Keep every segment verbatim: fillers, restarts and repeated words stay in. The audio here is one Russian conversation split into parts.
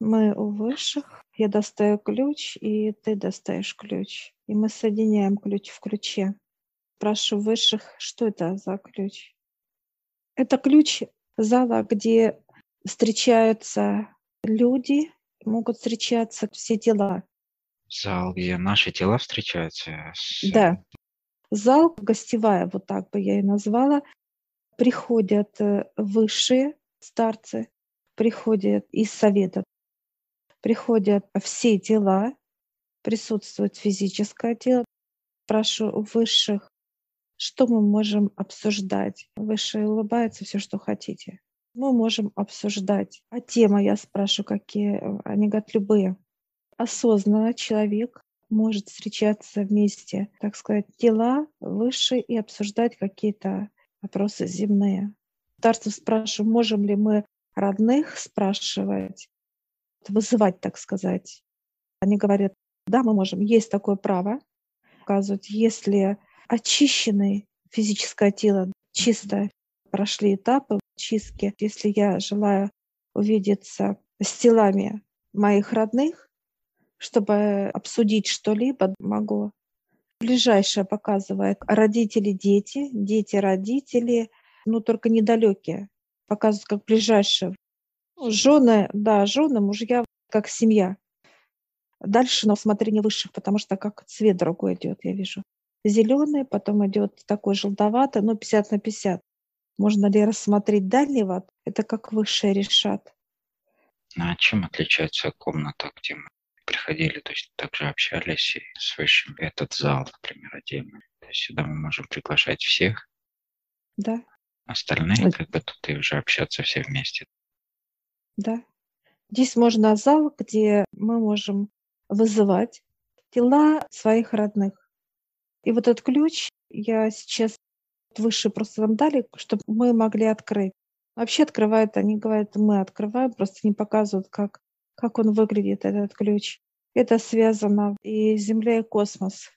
Мы у высших. Я достаю ключ, и ты достаешь ключ. И мы соединяем ключ в ключе. Прошу высших, что это за ключ? Это ключ зала, где встречаются люди, могут встречаться все тела. Зал, где наши тела встречаются с... Да. Зал, гостевая, вот так бы я и назвала. Приходят э, высшие старцы, приходят из совета, приходят все тела, присутствует физическое тело. Прошу у высших, что мы можем обсуждать. Высшие улыбаются, все, что хотите. Мы можем обсуждать. А темы, я спрашиваю, какие? Они говорят, любые. Осознанно человек может встречаться вместе, так сказать, тела высшие и обсуждать какие-то вопросы земные. Старцев спрашиваю, можем ли мы родных спрашивать, вызывать, так сказать. Они говорят, да, мы можем, есть такое право. Указывают, если очищенное физическое тело, чисто прошли этапы чистки, если я желаю увидеться с телами моих родных, чтобы обсудить что-либо, могу. Ближайшее показывает родители, дети, дети, родители, но только недалекие. Показывают как ближайшие. Жены, да, жены, мужья, как семья. Дальше на усмотрение высших, потому что как цвет другой идет, я вижу. Зеленый, потом идет такой желтоватый, ну, пятьдесят на пятьдесят. Можно ли рассмотреть дальнего? Это как высшие решат. А чем отличается комната, где мы приходили, то есть также общались и с высшим? Этот зал, например, отдельно. То есть сюда мы можем приглашать всех. Да. Остальные, как бы тут и уже общаться все вместе. Да. Здесь можно зал, где мы можем вызывать тела своих родных. И вот этот ключ я сейчас выше просто вам дали, чтобы мы могли открыть. Вообще открывают, они говорят, мы открываем, просто не показывают, как, как он выглядит, этот ключ. Это связано и Земля, и космос.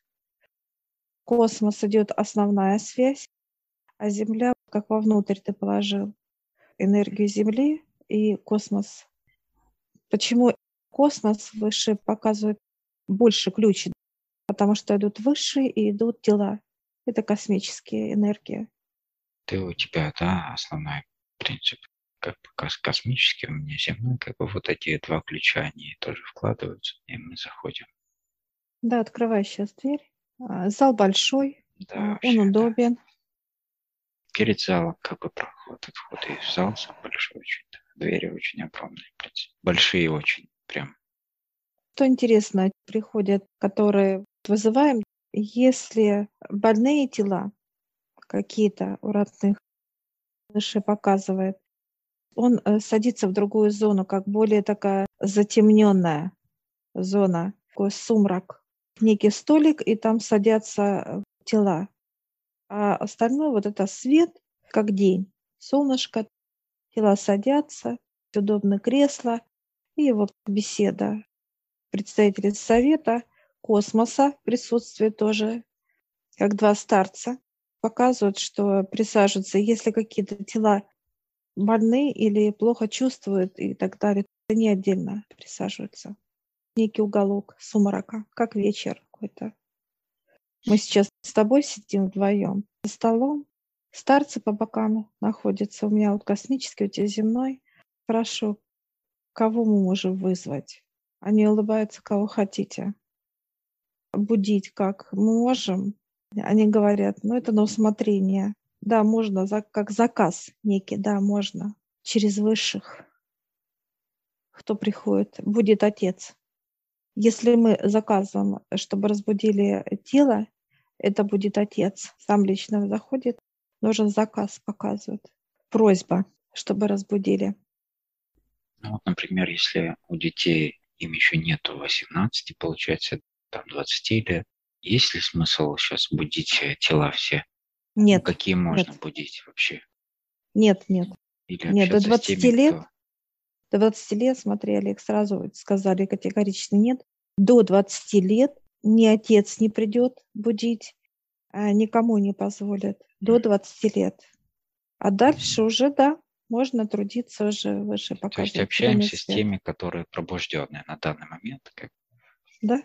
Космос идет основная связь, а Земля как вовнутрь ты положил энергию Земли и космос. Почему космос выше показывает больше ключ? Потому что идут высшие и идут тела. Это космические энергии. Ты у тебя, да, основной принцип, как бы кос- космический, у меня земной, как бы вот эти два ключа, они тоже вкладываются, и мы заходим. Да, открывай сейчас дверь. А, Зал большой, Да, а, он вообще, да. удобен. Перед залом как бы проход, и вход, и в зал сам большой очень. Да. Двери очень огромные, в принципе. Большие очень, прям. Что интересно, приходят, которые вызываем, если больные тела какие-то у родных, выше показывает, он э, садится в другую зону, как более такая затемненная зона, такой сумрак, некий столик, и там садятся э, тела. А остальное вот это свет, как день, солнышко, тела садятся, удобное кресло, и вот беседа. Представители совета, космоса присутствие тоже, как два старца, показывают, что присаживаются, если какие-то тела больны или плохо чувствуют и так далее, они отдельно присаживаются. Некий уголок сумрака, как вечер какой-то. Мы сейчас с тобой сидим вдвоем за столом, старцы по бокам находятся. У меня вот космический, у тебя земной. Прошу, кого мы можем вызвать? Они улыбаются, кого хотите. Будить как мы можем. Они говорят, ну это на усмотрение. Да, можно, за- как заказ некий, да, можно. Через высших. Кто приходит? Будет отец. Если мы заказываем, чтобы разбудили тело, это будет отец. Сам лично заходит, нужен заказ, показывает. Просьба, чтобы разбудили. Ну вот, например, если у детей им еще нету восемнадцати, получается, там двадцати лет, есть ли смысл сейчас будить э, тела все? Ну, Нет, какие нет, можно будить вообще? нет, нет. Или Нет, до общаться с двадцати теми, лет, кто... до двадцати лет, смотри, Олег, сразу сказали категорично нет. До двадцати лет ни отец не придет будить, а никому не позволят. До двадцати лет. А дальше уже, да, можно трудиться уже выше То есть показывает зеленый общаемся с цвет. теми, которые пробужденные на данный момент. Как... Да?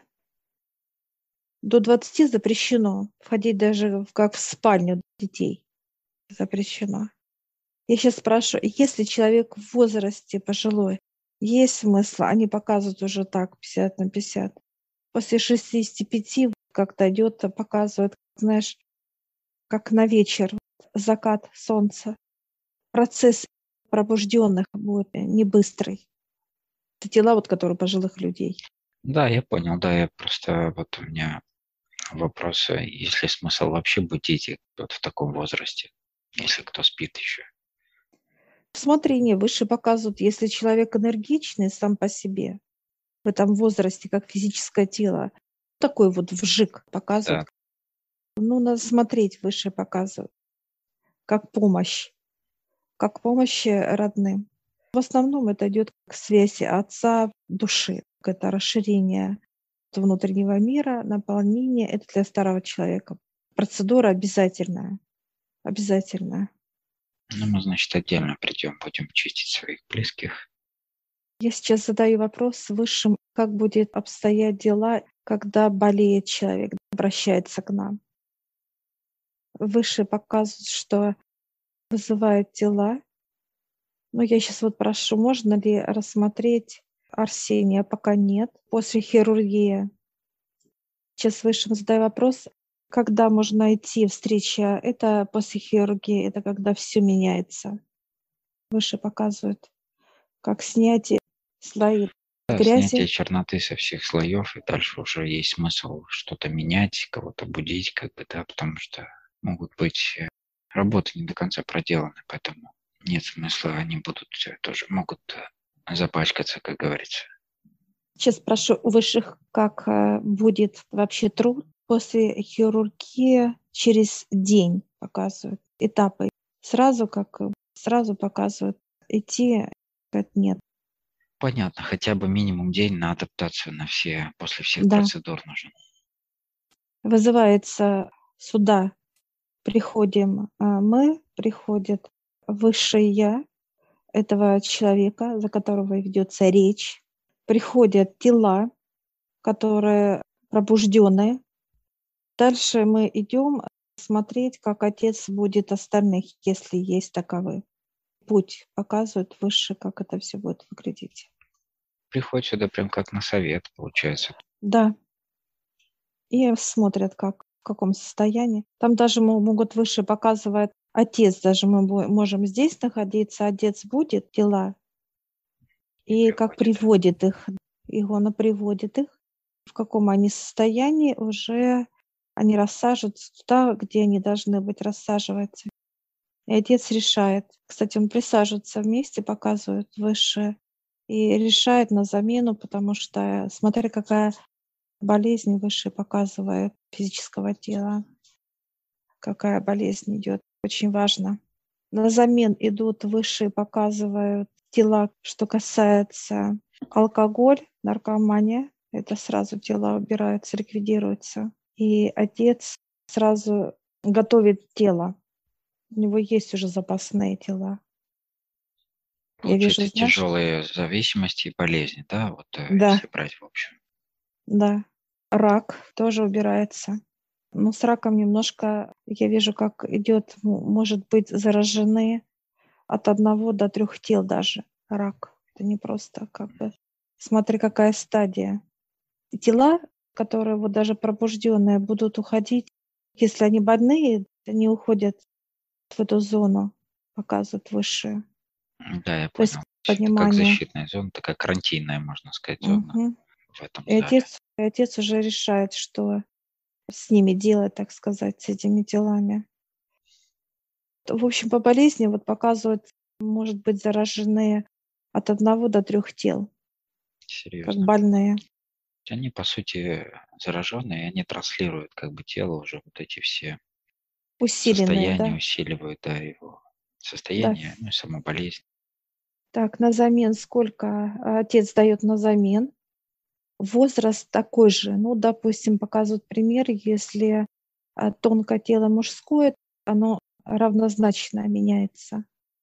До двадцати запрещено входить даже в как в спальню детей. Запрещено. Я сейчас спрашиваю, если человек в возрасте пожилой, есть смысл? Они показывают уже так пятьдесят на пятьдесят. После шестидесяти пяти как-то идет, показывает, знаешь, как на вечер, закат солнца. Процесс пробужденных будет не быстрый. Это тела, вот, которые у пожилых людей. Да, я понял, да, я просто вот у меня вопрос, а есть ли смысл вообще будить их вот в таком возрасте, если кто спит еще? Смотри, не, выше показывают, если человек энергичный сам по себе, в этом возрасте, как физическое тело, такой вот вжик показывают. Да, Ну, надо смотреть, выше показывают, как помощь, как помощь э, родным. В основном это идет к связи отца души, это расширение внутреннего мира, наполнение. Это для старого человека. Процедура обязательная, обязательная. ну мы, значит, отдельно придем, будем чистить своих близких. Я сейчас задаю вопрос высшим, как будет обстоять дела, когда болеет человек, обращается к нам. Выше показывают, что вызывает дела. Но я сейчас вот прошу, можно ли рассмотреть Арсения? Пока нет. После хирургии. Сейчас высшим задаю вопрос, когда можно найти встреча? Это после хирургии, это когда все меняется. Выше показывают, как снятие слои Да, грязи. снятие черноты со всех слоев, и дальше уже есть смысл что-то менять, кого-то будить, как бы, да, потому что могут быть э, работы не до конца проделаны, поэтому нет смысла, они будут э, тоже, могут э, запачкаться, как говорится. Сейчас прошу у высших, как э, будет вообще труд после хирургии через день показывают этапы. Сразу как э, сразу показывают идти, как нет. Понятно, хотя бы минимум день на адаптацию на все, после всех Да, процедур нужен. вызывается сюда, приходим а, мы, приходит высшее я этого человека, за которого ведется речь, приходят тела, которые пробужденные. Дальше мы идем смотреть, как отец будет остальных, если есть таковые. Путь показывает выше, как это все будет выглядеть. Приходит сюда прям как на совет, получается. Да, и смотрят, как в каком состоянии. Там даже мо- могут выше показывать отец, даже мы бо- можем здесь находиться, отец будет дела, И и как приходит. приводит их, Игона приводит их, в каком они состоянии уже они рассаживаются туда, где они должны быть рассаживаться. И отец решает. Кстати, он присаживается вместе, показывает выше и решает на замену, потому что смотря какая болезнь выше показывает физического тела, какая болезнь идет. Очень важно. На замен идут выше, показывают тела, что касается алкоголь, наркомания. Это сразу тела убираются, ликвидируются. И отец сразу готовит тело. У него есть уже запасные тела. Я вижу, Получается, знаешь? тяжелые зависимости и болезни, да, вот э, Да, если брать в общем. да. Рак тоже убирается. Ну, с раком немножко, я вижу, как идет, м- может быть, заражены от одного до трех тел даже рак. Это не просто как бы. Смотри, какая стадия. И тела, которые вот даже пробужденные будут уходить, если они больные, они уходят в эту зону, показывают высшие. М, Да, я То есть понял. То есть это как понимание. защитная зона, такая карантинная, можно сказать, зона Мгм. в этом И зале. отец, и отец уже решает, что с ними делать, так сказать, с этими телами. В общем, по болезни вот показывают, может быть, заражены от одного до трех тел, как Серьезно. больные, Они, по сути, зараженные, и они транслируют как бы тело уже вот эти все усиленные, состояния, да? усиливают, да, его Да. состояние, ну и саму болезнь. Так, на замен сколько а, отец дает на замен? Возраст такой же. Ну, допустим, показывают пример, если а, тонкое тело мужское, оно равнозначно меняется.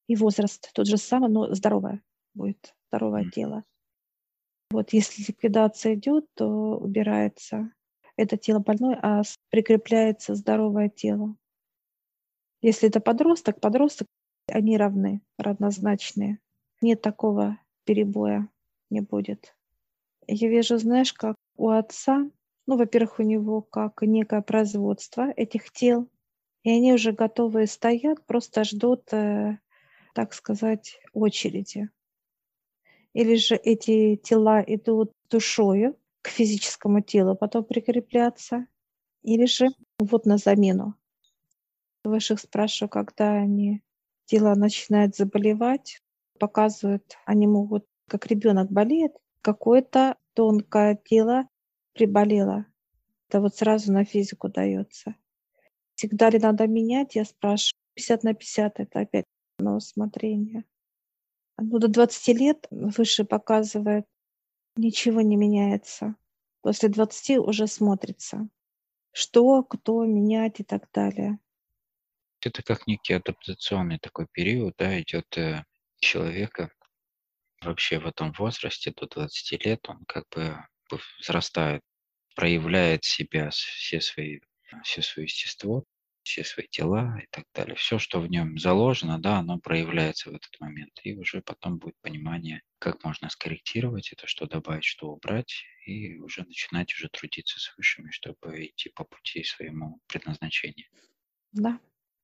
И возраст тот же самый, но здоровое будет, здоровое Мгм. тело. Вот если ликвидация идет, то убирается это тело больное, а с прикрепляется здоровое тело. Если это подросток, подросток, они равны, равнозначные. Нет такого перебоя, не будет. Я вижу, знаешь, как у отца, ну, во-первых, у него как некое производство этих тел, и они уже готовые стоят, просто ждут, э, так сказать, очереди. Или же эти тела идут душою к физическому телу, потом прикрепляться, или же вот на замену. Высших спрашиваю, когда они тела начинают заболевать, показывают, они могут, как ребенок болеет, какое-то тонкое тело приболело. Это вот сразу на физику дается. Всегда ли надо менять? Я спрашиваю. пятьдесят на пятьдесят это опять на усмотрение. Ну, до двадцати лет выше показывает, ничего не меняется. После двадцати уже смотрится, что, кто менять и так далее. Это как некий адаптационный такой период, да, идет э, человека вообще в этом возрасте до двадцати лет, он как бы взрастает, проявляет себя, с- все свои, все свое естество, все свои дела и так далее. Все, что в нем заложено, да, оно проявляется в этот момент. И уже потом будет понимание, как можно скорректировать это, что добавить, что убрать, и уже начинать уже трудиться с высшими, чтобы идти по пути своему предназначению. Да.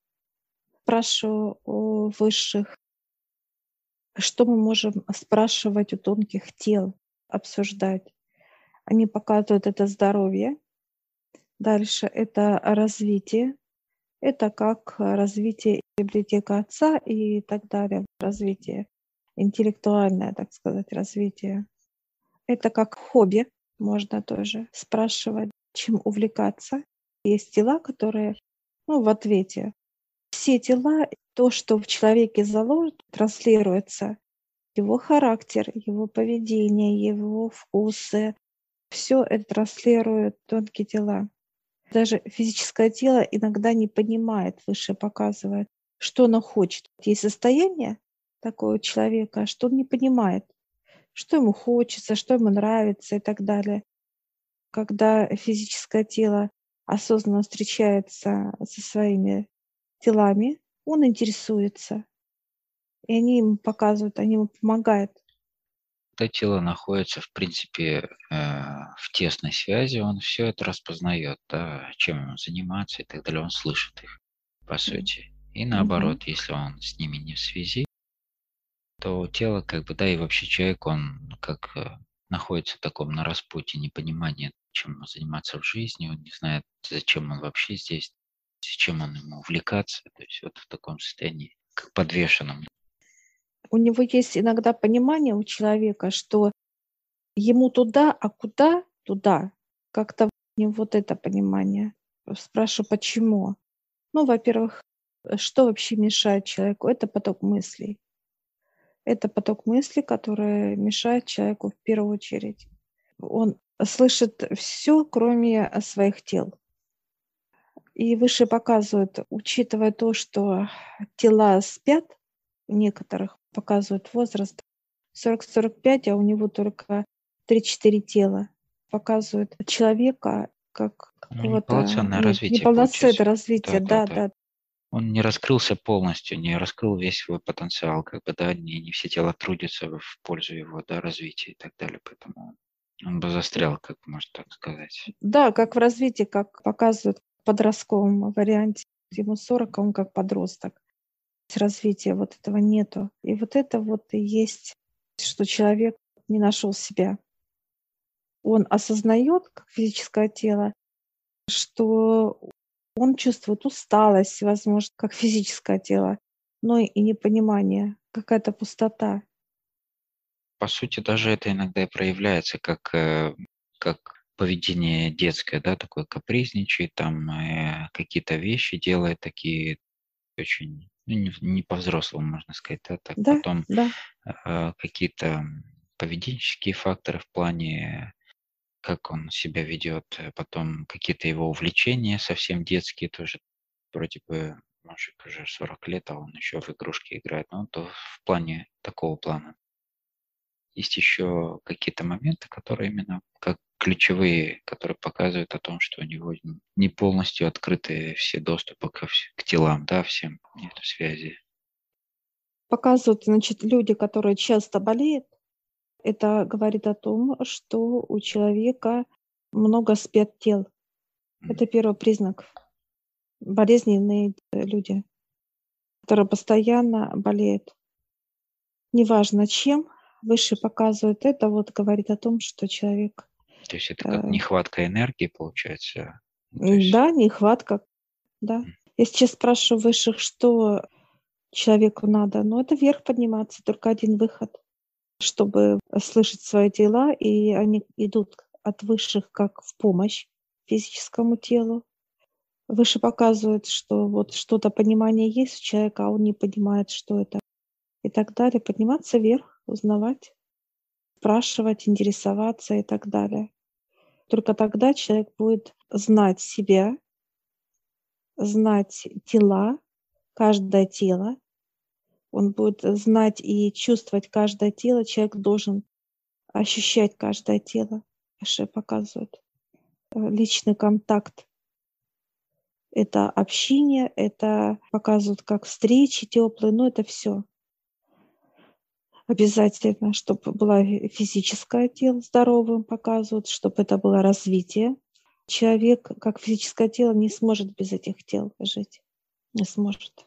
Спрашиваю у высших, что мы можем спрашивать у тонких тел, обсуждать. Они показывают это здоровье, дальше это развитие, это как развитие библиотека отца и так далее, развитие интеллектуальное, так сказать, развитие. Это как хобби, можно тоже спрашивать, чем увлекаться. Есть тела, которые, ну, в ответе. Все тела, то, что в человеке заложено, транслируется. Его характер, его поведение, его вкусы, все это транслируют тонкие тела. Даже физическое тело иногда не понимает, выше показывает, что оно хочет. Есть состояние такого человека, что он не понимает, что ему хочется, что ему нравится и так далее. Когда физическое тело осознанно встречается со своими телами, он интересуется, и они ему показывают, они ему помогают. Когда тело находится, в принципе, э, в тесной связи, он все это распознает, да, чем ему заниматься и так далее, он слышит их, по М, сути. И мгм. наоборот, если он с ними не в связи, то тело, как бы, да, и вообще человек, он ну, как э, находится в таком на распутье непонимания, чем ему заниматься в жизни, он не знает, зачем он вообще здесь, чем он ему увлекаться, то есть вот в таком состоянии, как подвешенном. У него есть иногда понимание у человека, что ему туда, а куда туда. Как-то не вот это понимание. Спрашиваю, почему? Ну, во-первых, э, что вообще мешает человеку? Это поток мыслей. Это поток мыслей, который мешает человеку в первую очередь. Он слышит все, кроме э, своих тел. И выше показывают, учитывая то, что тела спят, у некоторых показывают возраст сорок сорок пять, а у него только три-четыре тела. Показывают человека как Ну, какого-то неполноценное нет, развитие неполноценное получается. развитие. Да, да, Да, да. да. Он не раскрылся полностью, не раскрыл весь свой потенциал, как бы, да, не, не все тела трудятся в в пользу его, да, развития и так далее, поэтому он бы застрял, как можно так сказать. Да, как в развитии, как показывают в подростковом варианте. Ему сорок, а он как подросток. Развития вот этого нету. И вот это вот и есть, что человек не нашел себя. Он осознает, как физическое тело, что он чувствует усталость, возможно, как физическое тело, но и непонимание, какая-то пустота. По сути, даже это иногда и проявляется как, э, как поведение детское, да, такое капризничает, там э, какие-то вещи делает такие очень, ну, не, не по-взрослому, можно сказать, да, так Да, потом да. э, какие-то поведенческие факторы в плане как он себя ведет, э, потом какие-то его увлечения совсем детские тоже вроде бы мужик уже сорок лет, а он еще в игрушки играет. Ну, то в плане такого плана. Есть еще какие-то моменты, которые именно как ключевые, которые показывают о том, что у него н- не полностью открыты все доступы ко вс- к телам, да, всем, нету связи. Показывают, значит, люди, которые часто болеют, это говорит о том, что у человека много спецтел. М. Это первый признак. Болезненные э, люди, которые постоянно болеют. Неважно чем, выше показывает это, вот говорит о том, что человек, То есть это как э, нехватка энергии получается. Ну, то м, есть да, нехватка, да. м, Я сейчас спрашиваю высших, что человеку надо, но это вверх подниматься, только один выход, чтобы слышать свои дела, и они идут от высших как в помощь физическому телу. Выше показывает, что вот что-то понимание есть у человека, а он не понимает, что это, и так далее. Подниматься вверх, узнавать, спрашивать, интересоваться и так далее. Только тогда человек будет знать себя, знать тела, каждое тело. Он будет знать и чувствовать каждое тело. Человек должен ощущать каждое тело. Выше показывает. Э, Личный контакт — это общение, это показывают как встречи теплые, но это все обязательно, чтобы было физическое тело здоровым, показывают, чтобы это было развитие. Человек, как физическое тело, не сможет без этих тел жить. Не сможет.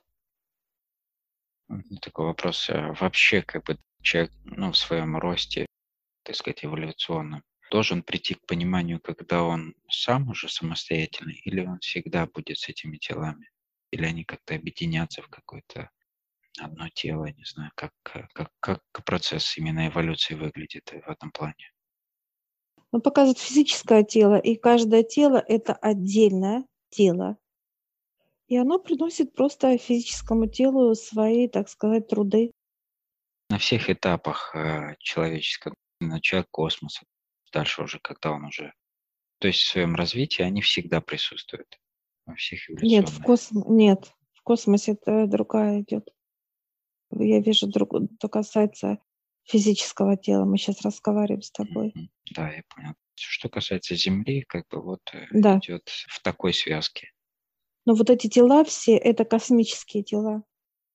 м, такой вопрос. а Вообще, как бы человек, ну, в своем росте, так сказать, эволюционном, должен прийти к пониманию, когда он сам уже самостоятельный, или он всегда будет с этими телами? Или они как-то объединятся в какое-то одно тело, не знаю, как, э, как, как процесс именно эволюции выглядит в этом плане. Он показывает физическое тело, и каждое тело — это отдельное тело. И оно приносит просто физическому телу свои, так сказать, труды. На всех этапах э, человеческого, начала космоса, дальше уже, когда он уже, то есть в своем развитии они всегда присутствуют во всех Нет, в эволюционных. косм нет, в космосе это другая идет. Я вижу друг что касается физического тела. Мы сейчас разговариваем с тобой. Мгм. Да, я понял. Что касается Земли, как бы вот э, Да. идет в такой связке. Но вот эти тела все — это космические тела.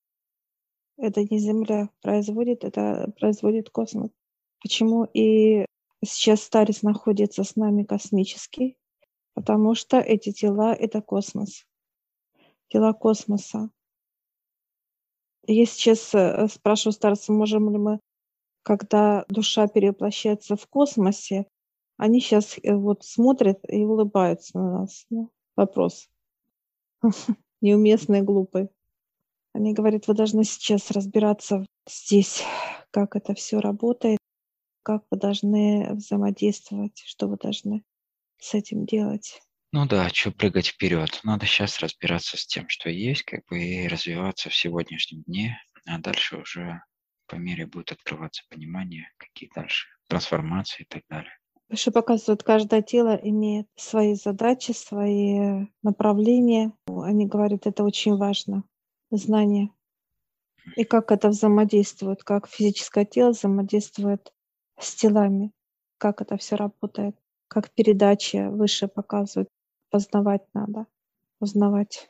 Это не Земля производит, это производит космос. Почему и сейчас Старец находится с нами космический? Потому что эти тела — это космос, тела космоса. И я сейчас, э, спрашиваю старца, можем ли мы, когда душа перевоплощается в космосе, они сейчас вот смотрят и улыбаются на нас. Ну, вопрос неуместный, глупый. Они говорят: "Вы должны сейчас разбираться здесь, как это все работает, как вы должны взаимодействовать, что вы должны с этим делать". Ну да, что прыгать вперед. Надо сейчас разбираться с тем, что есть, как бы и развиваться в сегодняшнем дне, а дальше уже по мере будет открываться понимание, какие дальше трансформации и так далее. Выше показывают, каждое тело имеет свои задачи, свои направления. Они говорят, это очень важно, знание. И как это взаимодействует, как физическое тело взаимодействует с телами, как это все работает, как передача выше показывает. Познавать надо, узнавать.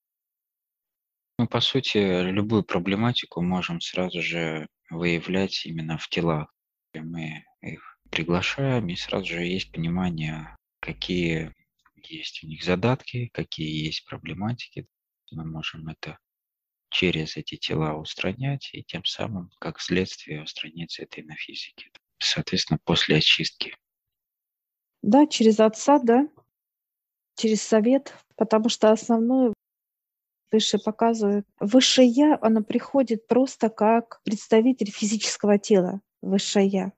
Мы, по сути, любую проблематику можем сразу же выявлять именно в телах. И мы их приглашаем, и сразу же есть понимание, какие есть у них задатки, какие есть проблематики. Мы можем это через эти тела устранять, и тем самым, как следствие, устраниться это и на физике. Соответственно, после очистки. Да, через отца, да, через совет, потому что основное выше показывает. Высшее Я, оно приходит просто как представитель физического тела. Высшее Я.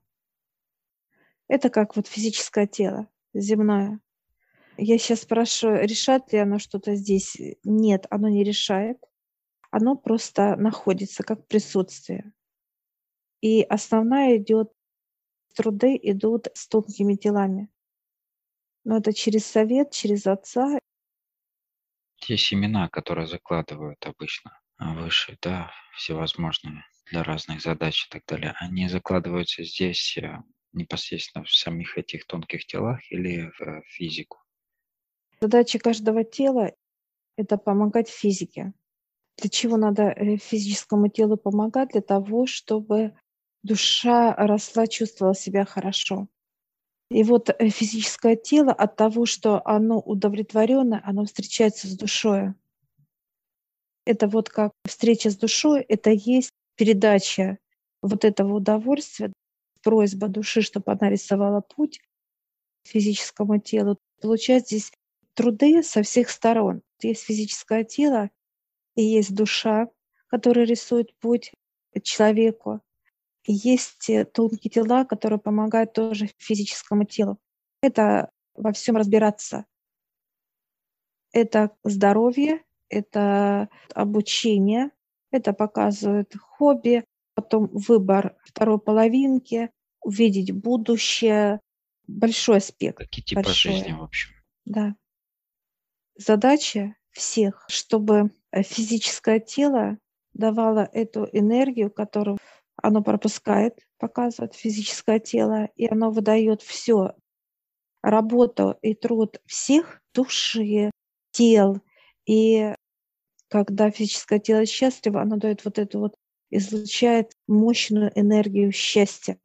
Это как вот физическое тело земное. Я сейчас спрашиваю, решает ли оно что-то здесь? Нет, оно не решает. Оно просто находится как присутствие. И основная идет, труды идут с тонкими телами. Но это через совет, через отца. Те семена, которые закладывают обычно а, выше, да, всевозможные для разных задач и так далее, они закладываются здесь э, непосредственно в самих этих тонких телах или в э, физику? Задача каждого тела — это помогать физике. Для чего надо э, физическому телу помогать? Для того, чтобы душа росла, чувствовала себя хорошо. И вот э, физическое тело от того, что оно удовлетворено, оно встречается с душой. Это вот как встреча с душой, это есть передача вот этого удовольствия, просьба души, чтобы она рисовала путь физическому телу. Получать здесь труды со всех сторон. Есть физическое тело и есть душа, которая рисует путь человеку. И есть э, тонкие тела, которые помогают тоже физическому телу. Это во всем разбираться. Это здоровье, это обучение, это показывает хобби, потом выбор второй половинки, увидеть будущее. Большой аспект, Какие типы жизни, большой, в общем? да. Задача всех, чтобы э, физическое тело давало эту энергию, которую оно пропускает, показывает физическое тело, и оно выдает все работу и труд всех души, тел. И когда физическое тело счастливо, оно дает вот эту вот, излучает мощную энергию счастья.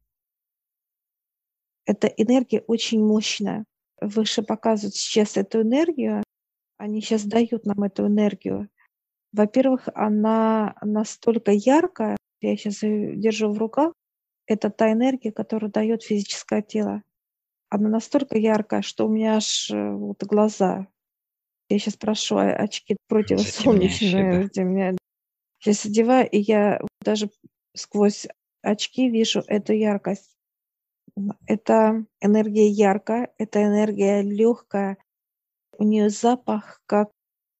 Эта энергия очень мощная. Выше показывают сейчас эту энергию, они сейчас дают нам эту энергию. Во-первых, она настолько яркая, я сейчас ее держу в руках, это та энергия, которую дает физическое тело. Она настолько яркая, что у меня аж э, вот глаза. Я сейчас прошу а- очки Затемняющие, противосолнечные, да? затемняют. Щас одеваю, и я даже сквозь очки вижу эту яркость. М, это энергия яркая, это энергия легкая. У нее запах, как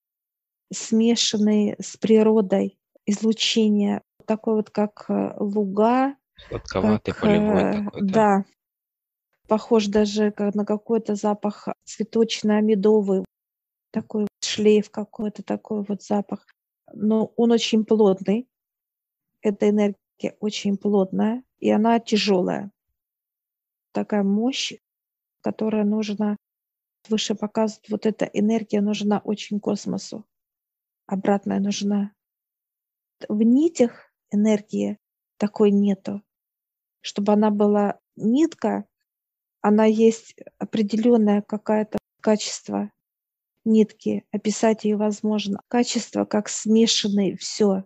смешанный с природой, излучение, такое вот, как, э, луга, Сладковатый, как, полевой э, такой, да? да, похож даже ка на какой-то запах цветочно-медовый, такой вот шлейф какой-то, такой вот запах. Но он очень плотный. Эта энергия очень плотная, и она тяжелая. Такая мощь, которая нужна, выше показывает, вот эта энергия нужна очень космосу, обратная нужна. В нитях энергии такой нету. Чтобы она была нитка, она есть определенное какое-то качество нитки, описать ее возможно. Качество как смешанное все,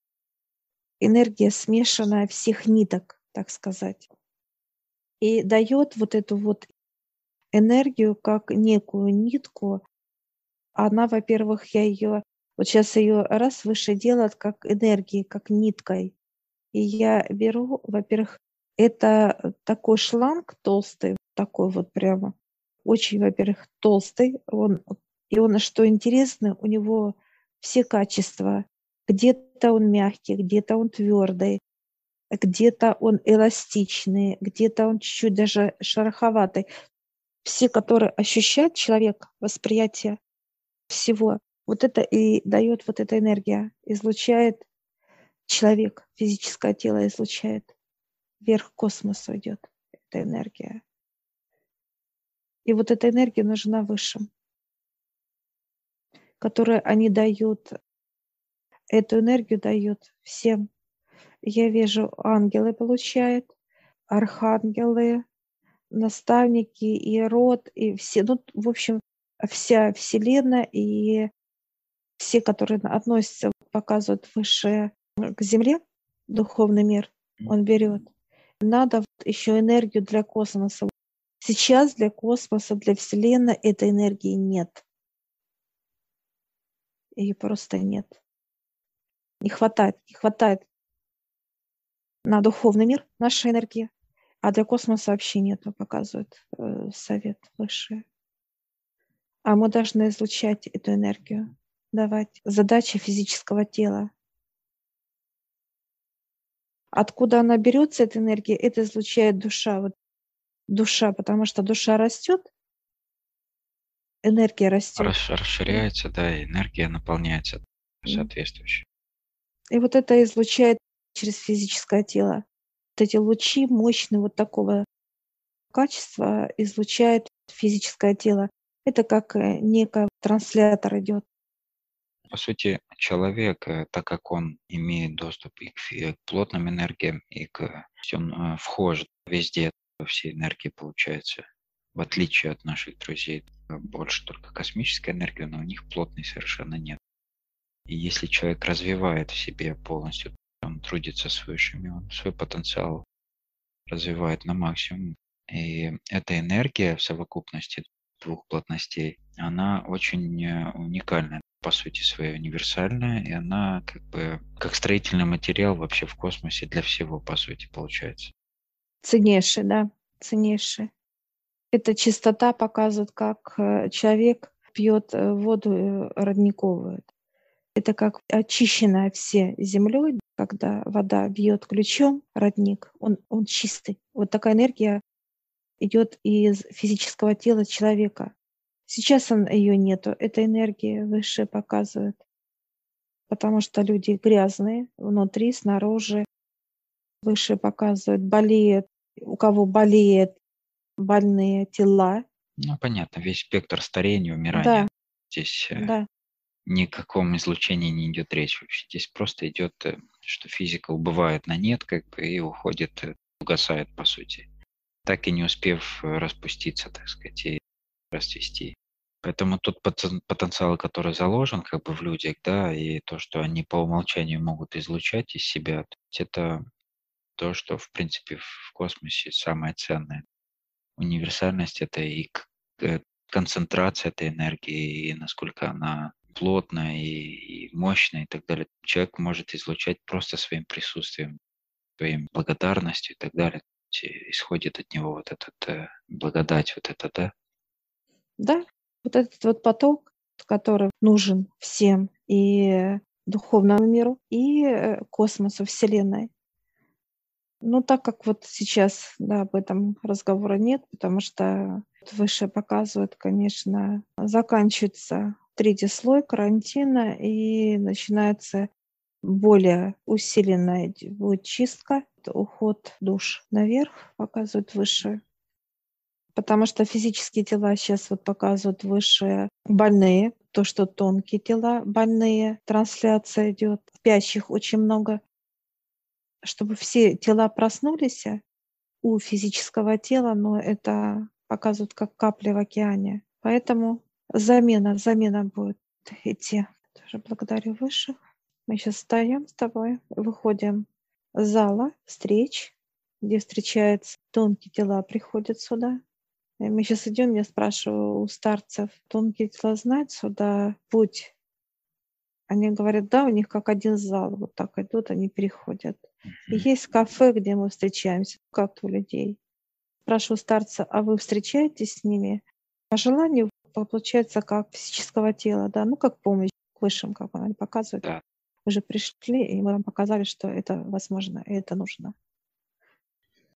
энергия смешанная всех ниток, так сказать. И дает вот эту вот энергию как некую нитку. Она, во-первых, я ее вот сейчас ее раз выше делает как энергией, как ниткой. И я беру, во-первых, это э, такой шланг толстый, такой вот прямо, очень, во-первых, толстый. Он, и он, что интересно, у него все качества. Где-то он мягкий, где-то он твердый, где-то он эластичный, где-то он чуть-чуть даже шероховатый. Все, которые ощущает человек, восприятие всего, вот это и дает вот эта энергия, излучает человек, физическое тело излучает. Вверх к космосу идет эта энергия. И вот эта энергия нужна высшим, которую они дают, эту энергию дают всем. Я вижу, ангелы получают, архангелы, наставники, и род, и все, ну, в общем, вся Вселенная и все, которые на- относятся, показывают выше э, к Земле, духовный мир, он берет. Надо вот еще энергию для космоса. Сейчас для космоса, для Вселенной этой энергии нет. Ее просто нет. Не хватает, не хватает на духовный мир нашей энергии, а для космоса вообще нету, показывает э, совет высший. А мы должны излучать эту энергию, давать. Задача физического тела. Откуда она берется, эта энергия, это излучает душа. Вот душа, потому что душа растет, энергия растет. Расш Да. расширяется, да, и энергия наполняется М. соответствующе. И вот это излучает через физическое тело. Вот эти лучи мощные вот такого качества излучает физическое тело. Это как, э, некая транслятор идет. По сути, человек, э, так как он имеет доступ и к фи к плотным энергиям, и к то есть он, э, вхож везде, во все энергии, получается. В отличие от наших друзей, э, больше только космическая энергия, но у них плотной совершенно нет. И если человек развивает в себе полностью, он трудится с высшими, он свой потенциал развивает на максимум. И эта энергия в совокупности двух плотностей, она очень, э, уникальная, по сути своей универсальная, и она как бы как строительный материал вообще в космосе для всего, по сути, получается. Ценнейший, да, ценнейший. Эта чистота показывает, как, э, человек пьет, э, воду, э, родниковую. Это как очищенная все землей, когда вода бьет ключом, родник, он он чистый. Вот такая энергия идет из физического тела человека. Сейчас он ее нету, этой энергии высшие показывают. Потому что люди грязные внутри, снаружи. Высшие показывают, болеют, у кого болеет, больные тела. Ну, понятно, весь спектр старения, умирания. Да, Здесь, э, да. ни о каком излучении не идет речь вообще. Здесь просто идет, э, что физика убывает на нет, как бы, и уходит, э, угасает, по сути, так и не успев, э, распуститься, так сказать, и расцвести. Поэтому тот потен потенциал, который заложен как бы в людях, да, и то, что они по умолчанию могут излучать из себя, то есть это то, что, в принципе, в космосе самое ценное. Универсальность — это и к э, концентрация этой энергии, и насколько она плотная, и и мощная, и так далее. Человек может излучать просто своим присутствием, своим благодарностью и так далее. Те исходит от него вот этот, э, благодать, вот это, да. Да, вот этот вот поток, который нужен всем, и духовному миру, и, э, космосу, Вселенной. Ну, так как вот сейчас, да, об этом разговора нет, потому что вот высшие показывают, конечно, заканчивается третий слой карантина, и начинается более усиленная дь будет чистка, это уход душ наверх, показывают высшие. Потому что физические тела сейчас вот показывают высшие больные, то, что тонкие тела больные, трансляция идет, спящих очень много. Чтобы все тела проснулись у физического тела, но это показывают как капли в океане. Поэтому замена замена будет идти. Тоже благодарю высших. Мы сейчас встаем с тобой, выходим из зала встреч, где встречаются тонкие тела, приходят сюда. И мы сейчас идем, я спрашиваю у старцев: "Тонкие тела знают сюда путь?" Они говорят: "Да, у них как один зал". Вот так идут, они переходят. И Мгм. есть кафе, где мы встречаемся, как у людей. Спрашиваю старца: "А вы встречаетесь с ними?" По желанию, по получается, как физического тела, да, ну, как помощь к высшим, как они показывают. Да. Вы же пришли, и мы вам показали, что это возможно и это нужно.